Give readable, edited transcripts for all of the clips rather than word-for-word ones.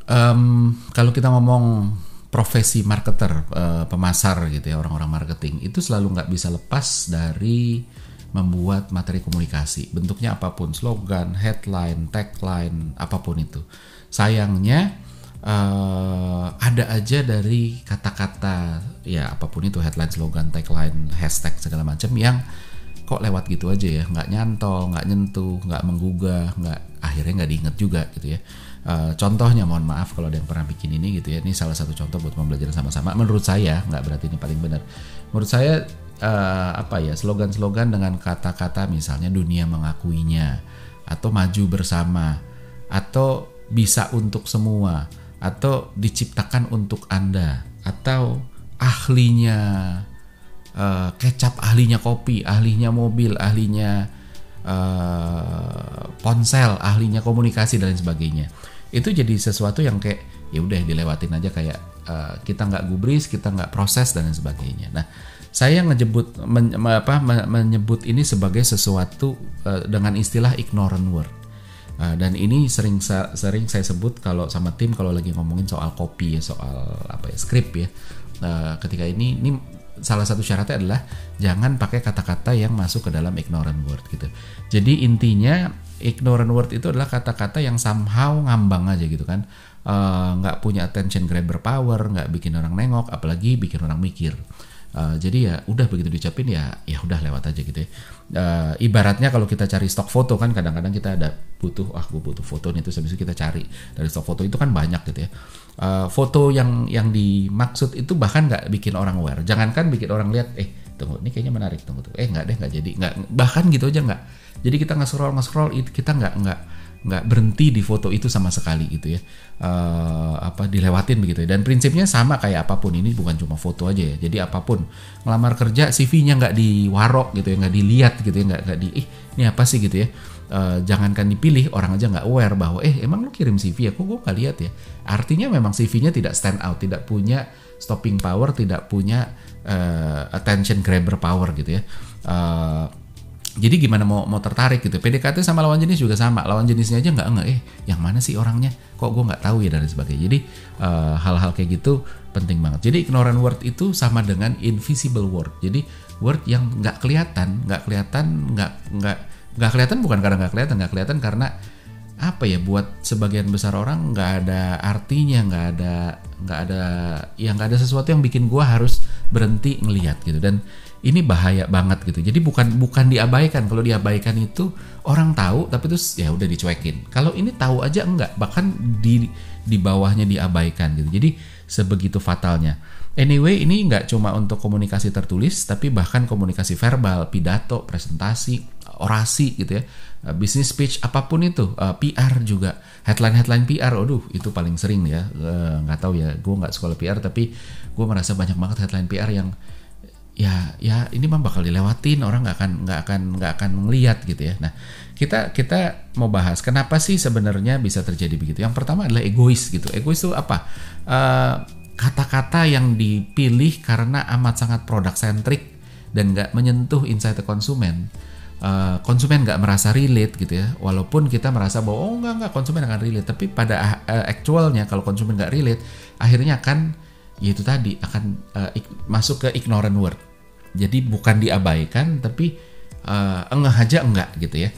Kalau kita ngomong profesi marketer, pemasar gitu ya, orang-orang marketing itu selalu nggak bisa lepas dari membuat materi komunikasi. Bentuknya apapun, slogan, headline, tagline, apapun itu. Sayangnya ada aja dari kata-kata ya apapun itu, headline, slogan, tagline, hashtag segala macam yang kok lewat gitu aja ya, nggak nyantol, nggak nyentuh, nggak menggugah, akhirnya nggak diinget juga gitu ya. Contohnya, mohon maaf kalau ada yang pernah bikin ini gitu ya, ini salah satu contoh buat pembelajaran sama-sama. Menurut saya, nggak berarti ini paling benar. Menurut saya slogan-slogan dengan kata-kata misalnya dunia mengakuinya, atau maju bersama, atau bisa untuk semua, atau diciptakan untuk Anda, atau ahlinya kecap, ahlinya kopi, ahlinya mobil, ahlinya ponsel, ahlinya komunikasi dan lain sebagainya. Itu jadi sesuatu yang kayak ya udah dilewatin aja, kayak kita nggak gubris, kita nggak proses dan lain sebagainya. Nah, saya menyebut ini sebagai sesuatu dengan istilah ignorant word. Dan ini sering saya sebut kalau sama tim kalau lagi ngomongin soal copy ya, soal skrip ya. Ketika ini salah satu syaratnya adalah jangan pakai kata-kata yang masuk ke dalam ignorant word gitu. Jadi intinya ignorant word itu adalah kata-kata yang somehow ngambang aja gitu kan, nggak punya attention grabber power, nggak bikin orang nengok, apalagi bikin orang mikir. Jadi ya udah begitu diucapin ya udah lewat aja gitu ya. Ibaratnya kalau kita cari stok foto kan, kadang-kadang kita ada butuh gue butuh foto nih, terus habis itu kita cari dari stok foto itu kan banyak gitu ya. Foto yang dimaksud itu bahkan nggak bikin orang aware. Jangankan bikin orang lihat tunggu ini kayaknya menarik, tunggu nggak jadi, nggak, bahkan gitu aja nggak. Jadi kita nge-scroll kita nggak berhenti di foto itu sama sekali gitu ya, dilewatin begitu ya. Dan prinsipnya sama kayak apapun, ini bukan cuma foto aja ya. Jadi apapun, ngelamar kerja CV-nya nggak diwarok gitu ya, nggak dilihat gitu ya, nggak ini apa sih gitu ya. Jangankan dipilih, orang aja nggak aware bahwa emang lu kirim CV ya, kok gue nggak lihat ya. Artinya memang CV-nya tidak stand out, tidak punya stopping power, tidak punya attention grabber power gitu ya. Jadi gimana mau tertarik gitu. PDKT sama lawan jenis juga sama. Lawan jenisnya aja nggak yang mana sih orangnya? Kok gue nggak tahu ya dan sebagainya. Jadi hal-hal kayak gitu penting banget. Jadi ignorant word itu sama dengan invisible word. Jadi word yang nggak kelihatan bukan karena nggak kelihatan karena buat sebagian besar orang nggak ada artinya, nggak ada sesuatu yang bikin gue harus berhenti ngelihat gitu. Dan ini bahaya banget gitu. Jadi bukan diabaikan. Kalau diabaikan itu orang tahu tapi terus ya udah dicuekin. Kalau ini tahu aja enggak, bahkan di bawahnya diabaikan gitu. Jadi sebegitu fatalnya. Anyway, ini nggak cuma untuk komunikasi tertulis, tapi bahkan komunikasi verbal, pidato, presentasi, orasi gitu ya, business speech, apapun itu, PR juga, headline PR, itu paling sering ya. Nggak tahu ya, gue nggak sekolah PR, tapi gue merasa banyak banget headline PR yang ya ini mah bakal dilewatin, orang nggak akan ngelihat gitu ya. Nah, kita mau bahas kenapa sih sebenarnya bisa terjadi begitu. Yang pertama adalah egois gitu. Egois itu apa? Kata-kata yang dipilih karena amat sangat product centric dan nggak menyentuh insight konsumen. Konsumen nggak merasa relate gitu ya. Walaupun kita merasa bahwa enggak konsumen akan relate, tapi pada actualnya kalau konsumen nggak relate, akhirnya akan yaitu tadi akan masuk ke ignorant word. Jadi bukan diabaikan tapi engah aja enggak gitu ya.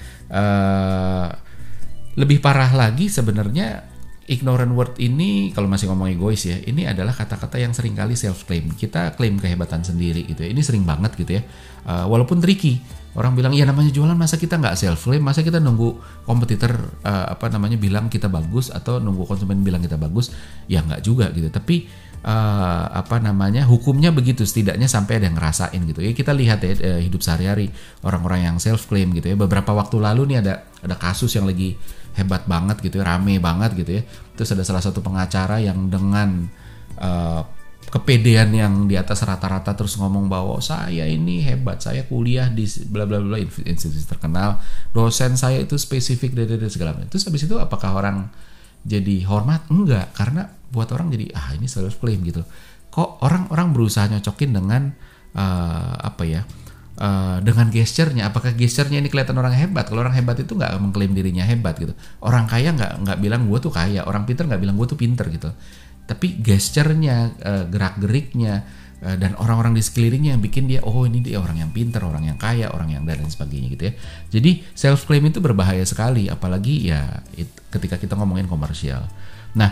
Lebih parah lagi sebenarnya ignorant word ini, kalau masih ngomong egois ya, ini adalah kata-kata yang seringkali self claim. Kita klaim kehebatan sendiri gitu ya. Ini sering banget gitu ya. Walaupun tricky. Orang bilang ya namanya jualan, masa kita nggak self claim, masa kita nunggu kompetitor bilang kita bagus atau nunggu konsumen bilang kita bagus, ya nggak juga gitu. Tapi hukumnya begitu, setidaknya sampai ada yang ngerasain gitu ya. Kita lihat ya hidup sehari-hari orang-orang yang self claim gitu ya. Beberapa waktu lalu nih ada kasus yang lagi hebat banget gitu ya, rame banget gitu ya. Terus ada salah satu pengacara yang dengan kepedean yang di atas rata-rata terus ngomong bahwa saya ini hebat, saya kuliah di bla bla bla institusi terkenal, dosen saya itu spesifik dan segala macam. Terus habis itu apakah orang jadi hormat? Enggak, karena buat orang jadi ini self claim gitu. Kok orang berusaha nyocokin dengan dengan gesturnya. Apakah gesturnya ini kelihatan orang hebat? Kalau orang hebat itu nggak mengklaim dirinya hebat gitu. Orang kaya nggak bilang gue tuh kaya. Orang pinter nggak bilang gue tuh pinter gitu. Tapi gesturnya, gerak geriknya, dan orang-orang di sekelilingnya yang bikin dia, oh ini dia orang yang pinter, orang yang kaya, orang yang dan lain sebagainya gitu ya. Jadi self claim itu berbahaya sekali, apalagi ya ketika kita ngomongin komersial. Nah,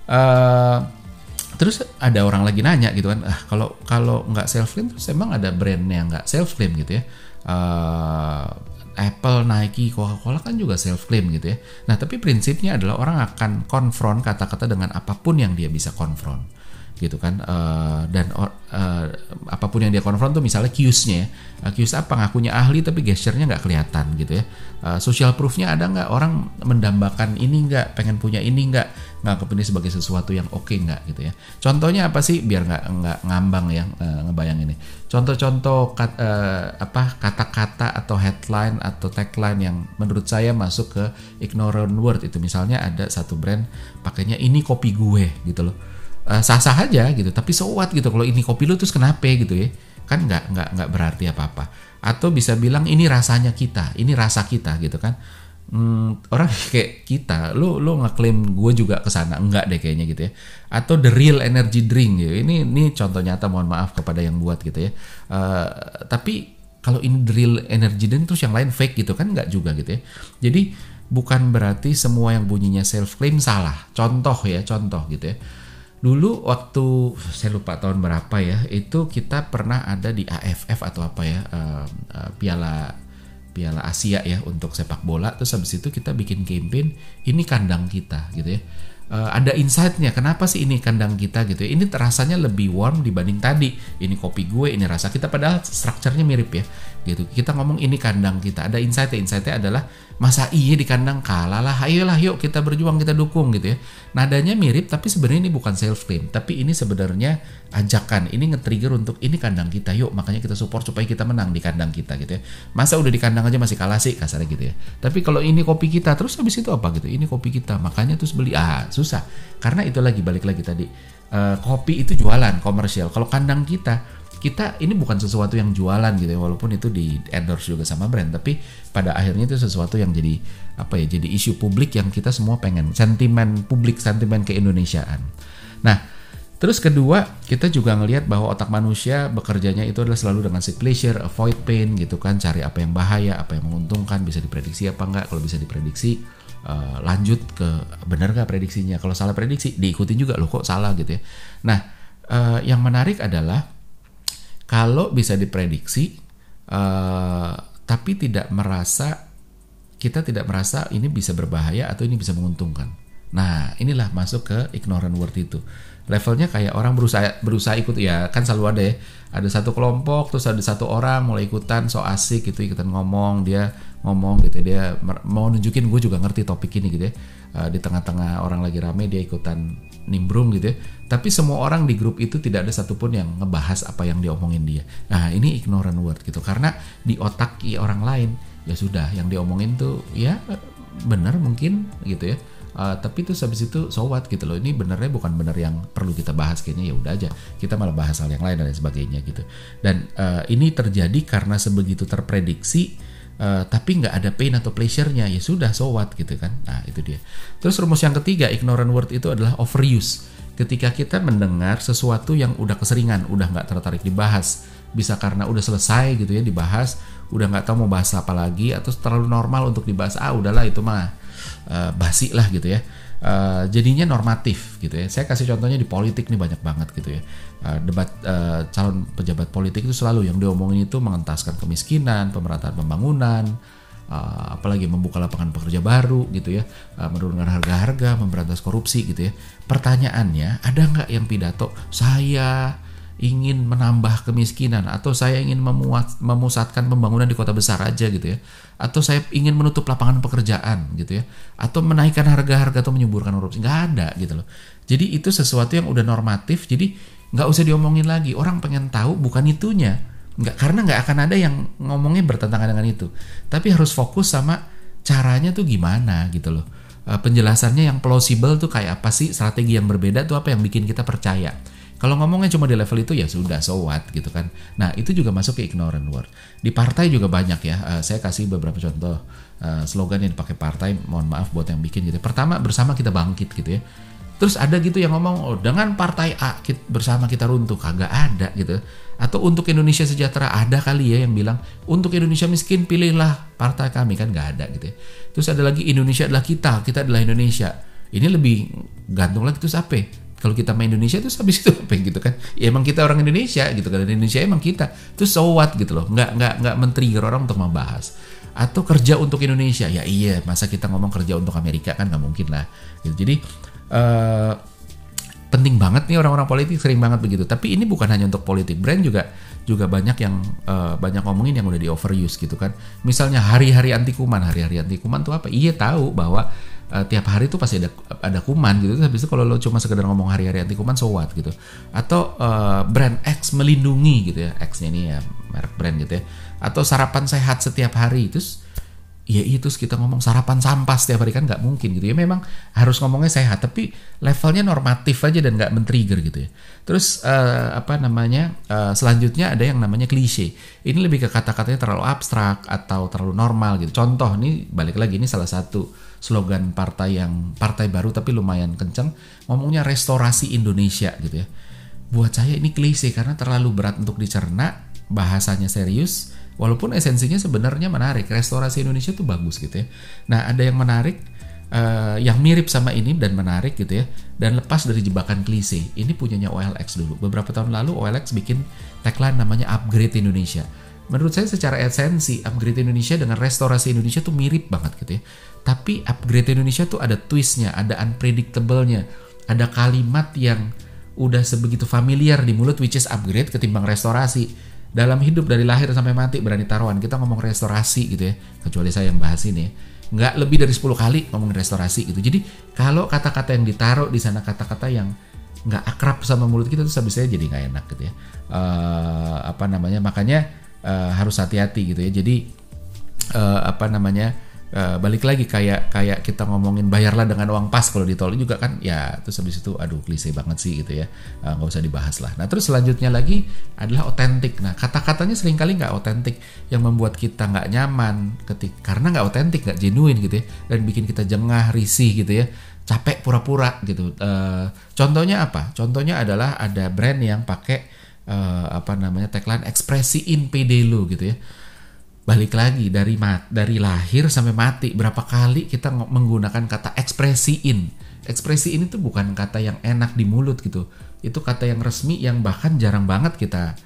terus ada orang lagi nanya gitu kan, kalau nggak self claim terus emang ada brand yang nggak self claim gitu ya. Apple, Nike, Coca-Cola kan juga self claim gitu ya. Nah tapi prinsipnya adalah orang akan konfront kata-kata dengan apapun yang dia bisa konfront gitu kan, dan apapun yang dia konfront tuh misalnya cues-nya ya, cues apa, ngakunya ahli tapi gesturnya nggak kelihatan gitu ya. Social proof-nya ada nggak, orang mendambakan ini nggak, pengen punya ini nggak, nganggap ini sebagai sesuatu yang oke nggak gitu ya. Contohnya apa sih biar nggak ngambang ya, ngebayang ini. Contoh-contoh kata-kata atau headline atau tagline yang menurut saya masuk ke ignorant word itu, misalnya ada satu brand pakainya ini kopi gue gitu loh. Sah-sah aja gitu, tapi so what gitu, kalau ini kopi lu terus kenapa gitu ya, kan nggak berarti apa-apa. Atau bisa bilang ini rasanya kita, ini rasa kita gitu kan. Orang kayak kita, lu ngeklaim gue juga kesana, enggak deh kayaknya gitu ya. Atau the real energy drink gitu, ini contoh nyata, mohon maaf kepada yang buat gitu ya. Tapi kalau ini the real energy drink terus yang lain fake gitu kan, enggak juga gitu ya. Jadi bukan berarti semua yang bunyinya self claim salah. Contoh gitu ya. Dulu waktu saya lupa tahun berapa ya, itu kita pernah ada di AFF atau apa ya, Piala Asia ya untuk sepak bola. Terus habis itu kita bikin campaign ini kandang kita gitu ya. Ada insight-nya, kenapa sih ini kandang kita gitu ya. Ini rasanya lebih warm dibanding tadi. Ini kopi gue, ini rasa kita, padahal strukturnya mirip ya gitu. Kita ngomong ini kandang kita, ada insight-nya adalah masa iya di kandang kalah lah, ayolah yuk kita berjuang, kita dukung gitu ya. Nadanya mirip tapi sebenarnya ini bukan self claim, tapi ini sebenarnya ajakan, ini nge-trigger untuk ini kandang kita, yuk makanya kita support supaya kita menang di kandang kita gitu ya. Masa udah di kandang aja masih kalah sih kasarnya gitu ya. Tapi kalau ini kopi kita, terus habis itu apa gitu, ini kopi kita makanya terus beli, susah. Karena itu balik lagi tadi, kopi itu jualan komersial. Kalau kandang kita ini bukan sesuatu yang jualan gitu ya, walaupun itu di endorse juga sama brand, tapi pada akhirnya itu sesuatu yang jadi jadi isu publik yang kita semua pengen, sentimen publik, sentimen keindonesiaan. Nah terus kedua, kita juga ngelihat bahwa otak manusia bekerjanya itu adalah selalu dengan seek pleasure, avoid pain gitu kan, cari apa yang bahaya, apa yang menguntungkan, bisa diprediksi apa enggak. Kalau bisa diprediksi, lanjut ke benar gak prediksinya. Kalau salah prediksi diikutin juga, loh kok salah gitu ya. Nah yang menarik adalah kalau bisa diprediksi, tapi kita tidak merasa ini bisa berbahaya atau ini bisa menguntungkan. Nah inilah masuk ke ignorant word itu. Levelnya kayak orang berusaha ikut ya, kan selalu ada ya. Ada satu kelompok, terus ada satu orang mulai ikutan, so asik gitu, ikutan ngomong, dia ngomong gitu, dia mau nunjukin gue juga ngerti topik ini gitu ya. Di tengah-tengah orang lagi rame dia ikutan nimbrung gitu ya. Tapi semua orang di grup itu tidak ada satupun yang ngebahas apa yang diomongin dia. Nah ini ignorant word gitu, karena di otak orang lain ya sudah yang diomongin tuh ya benar mungkin gitu ya. Tapi itu habis itu so what gitu loh, ini benernya bukan bener yang perlu kita bahas, kayaknya ya udah aja kita malah bahas hal yang lain dan lain sebagainya gitu. Dan ini terjadi karena sebegitu terprediksi, tapi nggak ada pain atau pleasure-nya, ya sudah so what gitu kan. Nah itu dia. Terus rumus yang ketiga ignorant word itu adalah overuse. Ketika kita mendengar sesuatu yang udah keseringan, udah nggak tertarik dibahas, bisa karena udah selesai gitu ya dibahas, udah nggak tahu mau bahas apa lagi, atau terlalu normal untuk dibahas, udahlah itu mah basi lah gitu ya. Jadinya normatif gitu ya. Saya kasih contohnya di politik nih banyak banget gitu ya. Debat calon pejabat politik itu selalu yang diomongin itu mengentaskan kemiskinan, pemerataan pembangunan, apalagi membuka lapangan pekerja baru gitu ya, menurunkan harga-harga, memberantas korupsi gitu ya. Pertanyaannya, ada nggak yang pidato saya ingin menambah kemiskinan, atau saya ingin memusatkan pembangunan di kota besar aja gitu ya, atau saya ingin menutup lapangan pekerjaan gitu ya, atau menaikkan harga-harga atau menyuburkan korupsi? Nggak ada gitu loh. Jadi itu sesuatu yang udah normatif, jadi nggak usah diomongin lagi. Orang pengen tahu bukan itunya, karena nggak akan ada yang ngomongnya bertentangan dengan itu. Tapi harus fokus sama caranya tuh gimana gitu loh. Penjelasannya yang plausible tuh kayak apa sih, strategi yang berbeda tuh apa yang bikin kita percaya. Kalau ngomongnya cuma di level itu ya sudah, so what gitu kan. Nah itu juga masuk ke ignorant word. Di partai juga banyak ya. Saya kasih beberapa contoh slogan yang dipakai partai. Mohon maaf buat yang bikin gitu. Pertama, bersama kita bangkit gitu ya. Terus ada gitu yang ngomong, dengan partai A bersama kita runtuh. Kagak ada gitu. Atau untuk Indonesia sejahtera, ada kali ya yang bilang untuk Indonesia miskin pilihlah partai kami, kan nggak ada gitu ya. Terus ada lagi, Indonesia adalah kita adalah Indonesia. Ini lebih gantung lagi, terus apa? Kalau kita main Indonesia terus habis itu apa gitu kan? Ya emang kita orang Indonesia gitu kan, Indonesia emang kita. Terus so what gitu loh, nggak men-trigger orang untuk membahas. Atau kerja untuk Indonesia, ya iya, masa kita ngomong kerja untuk Amerika, kan nggak mungkin lah. Gitu. Jadi penting banget nih, orang-orang politik sering banget begitu. Tapi ini bukan hanya untuk politik, brand juga banyak yang banyak ngomongin yang udah di overuse gitu kan. Misalnya hari-hari anti kuman tuh apa? Iya tahu bahwa tiap hari tuh pasti ada kuman gitu. Habis itu kalau lo cuma sekedar ngomong hari-hari anti kuman, so what gitu. Atau brand X melindungi gitu ya, X-nya ini ya merek brand gitu ya. Atau sarapan sehat setiap hari, terus ya itu kita ngomong sarapan sampah setiap hari, kan nggak mungkin gitu ya. Memang harus ngomongnya sehat, tapi levelnya normatif aja dan nggak men-trigger gitu ya. Terus selanjutnya ada yang namanya klise. Ini lebih ke kata-katanya terlalu abstrak atau terlalu normal gitu. Contoh nih, balik lagi, ini salah satu slogan partai baru tapi lumayan kenceng, ngomongnya restorasi Indonesia gitu ya. Buat saya ini klise karena terlalu berat untuk dicerna, bahasanya serius. Walaupun esensinya sebenarnya menarik, restorasi Indonesia tuh bagus gitu ya. Nah ada yang menarik, yang mirip sama ini dan menarik gitu ya, dan lepas dari jebakan klise. Ini punyanya OLX dulu. Beberapa tahun lalu OLX bikin tagline namanya Upgrade Indonesia. Menurut saya secara esensi Upgrade Indonesia dengan restorasi Indonesia tuh mirip banget gitu ya. Tapi Upgrade Indonesia tuh ada twistnya, ada unpredictable-nya, ada kalimat yang udah sebegitu familiar di mulut, which is upgrade ketimbang restorasi. Dalam hidup dari lahir sampai mati berani taruhan kita ngomong restorasi gitu ya, kecuali saya yang bahas ini ya. Nggak lebih dari 10 kali ngomong restorasi gitu. Jadi kalau kata-kata yang ditaruh di sana kata-kata yang nggak akrab sama mulut kita, terus habis saya jadi nggak enak gitu ya. Makanya harus hati-hati gitu ya. Jadi balik lagi kayak kita ngomongin bayarlah dengan uang pas kalau di tol juga kan ya. Terus habis itu aduh klise banget sih gitu ya, nggak usah dibahas lah. Nah terus selanjutnya lagi adalah otentik. Nah kata-katanya seringkali nggak otentik, yang membuat kita nggak nyaman karena nggak otentik, nggak genuine gitu ya, dan bikin kita jengah, risih gitu ya, capek pura-pura gitu. Contohnya apa? Contohnya adalah ada brand yang pakai tagline ekspresiin PD lo gitu ya. Balik lagi dari lahir sampai mati berapa kali kita menggunakan kata ekspresiin. Ekspresiin itu bukan kata yang enak di mulut gitu. Itu kata yang resmi yang bahkan jarang banget kita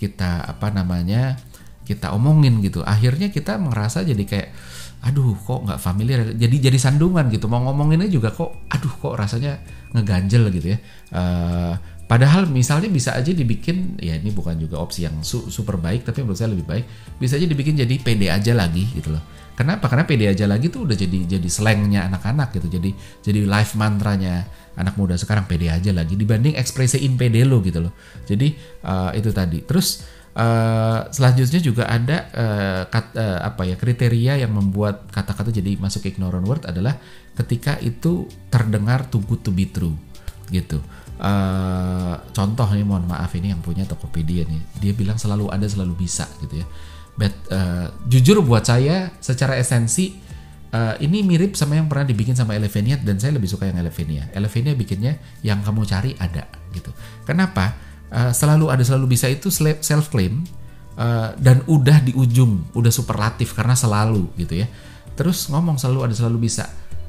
omongin gitu. Akhirnya kita merasa jadi kayak aduh kok nggak familiar. Jadi sandungan gitu. Mau ngomonginnya juga kok rasanya ngeganjel gitu ya. Padahal misalnya bisa aja dibikin, ya ini bukan juga opsi yang super baik, tapi menurut saya lebih baik, bisa aja dibikin jadi pede aja lagi gitu loh. Kenapa? Karena pede aja lagi tuh udah jadi slangnya anak-anak gitu, jadi life mantranya anak muda sekarang, pede aja lagi, dibanding ekspresiin pede lo gitu loh. Jadi itu tadi. Terus selanjutnya juga ada kriteria yang membuat kata-kata jadi masuk ignorant word adalah ketika itu terdengar too good to be true gitu. Contoh nih, mohon maaf, ini yang punya Tokopedia nih, dia bilang selalu ada selalu bisa gitu ya. But jujur buat saya secara esensi ini mirip sama yang pernah dibikin sama Elevenia, dan saya lebih suka yang Elevenia. Elevenia bikinnya yang kamu cari ada gitu. Kenapa? Selalu ada selalu bisa itu self claim dan udah di ujung, udah superlatif karena selalu gitu ya. Terus ngomong selalu ada selalu bisa.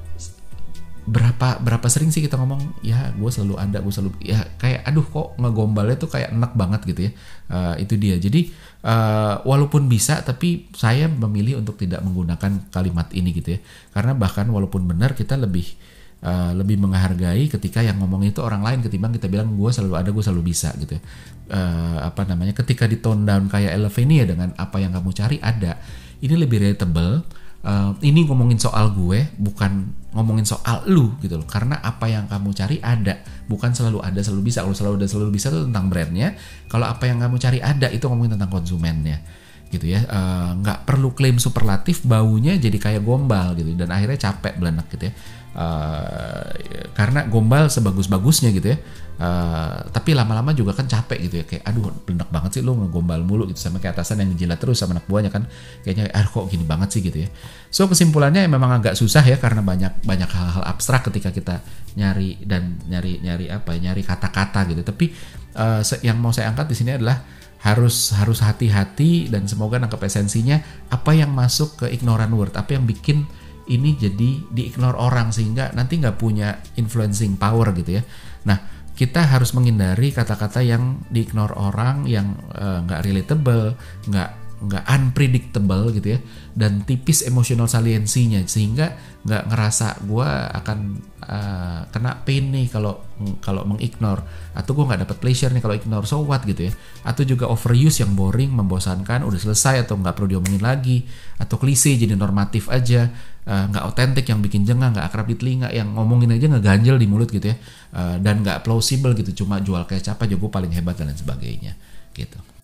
Berapa sering sih kita ngomong ya gue selalu ada, gue selalu ya, kayak aduh kok ngegombalnya tuh kayak enak banget gitu ya. Itu dia. Jadi walaupun bisa, tapi saya memilih untuk tidak menggunakan kalimat ini gitu ya, karena bahkan walaupun benar kita lebih menghargai ketika yang ngomong itu orang lain ketimbang kita bilang gue selalu ada, gue selalu bisa gitu ya. Ketika di tone down kayak Elevenia dengan apa yang kamu cari ada, ini lebih relatable. Ini ngomongin soal gue, bukan ngomongin soal lu gitu loh. Karena apa yang kamu cari ada, bukan selalu ada selalu bisa. Kalau selalu ada selalu bisa itu tentang brandnya. Kalau apa yang kamu cari ada, itu ngomongin tentang konsumennya gitu ya. Nggak perlu klaim superlatif, baunya jadi kayak gombal gitu, dan akhirnya capek belenek gitu ya. Karena gombal sebagus-bagusnya gitu ya, tapi lama-lama juga kan capek gitu ya, kayak aduh belenek banget sih lu ngegombal mulu gitu, sama kayak atasan yang ngejilat terus sama anak buahnya kan, kayaknya kok gini banget sih gitu ya. So kesimpulannya memang agak susah ya, karena banyak hal-hal abstrak ketika kita nyari kata-kata gitu. Tapi yang mau saya angkat di sini adalah harus hati-hati, dan semoga nangkep esensinya, apa yang masuk ke ignorant word, apa yang bikin ini jadi di-ignore orang sehingga nanti nggak punya influencing power gitu ya. Nah, kita harus menghindari kata-kata yang di-ignore orang, yang nggak relatable, nggak unpredictable gitu ya, dan tipis emotional saliensinya, sehingga nggak ngerasa gue akan kena pain nih kalau mengignore, atau gue nggak dapat pleasure nih kalau ignore, so what gitu ya. Atau juga overuse yang boring, membosankan, udah selesai atau nggak perlu diomongin lagi, atau klise jadi normatif aja, nggak otentik yang bikin jengah, nggak akrab di telinga, yang ngomongin aja ngeganjel di mulut gitu ya, dan nggak plausible gitu, cuma jual kecap aja gue paling hebat dan lain sebagainya gitu.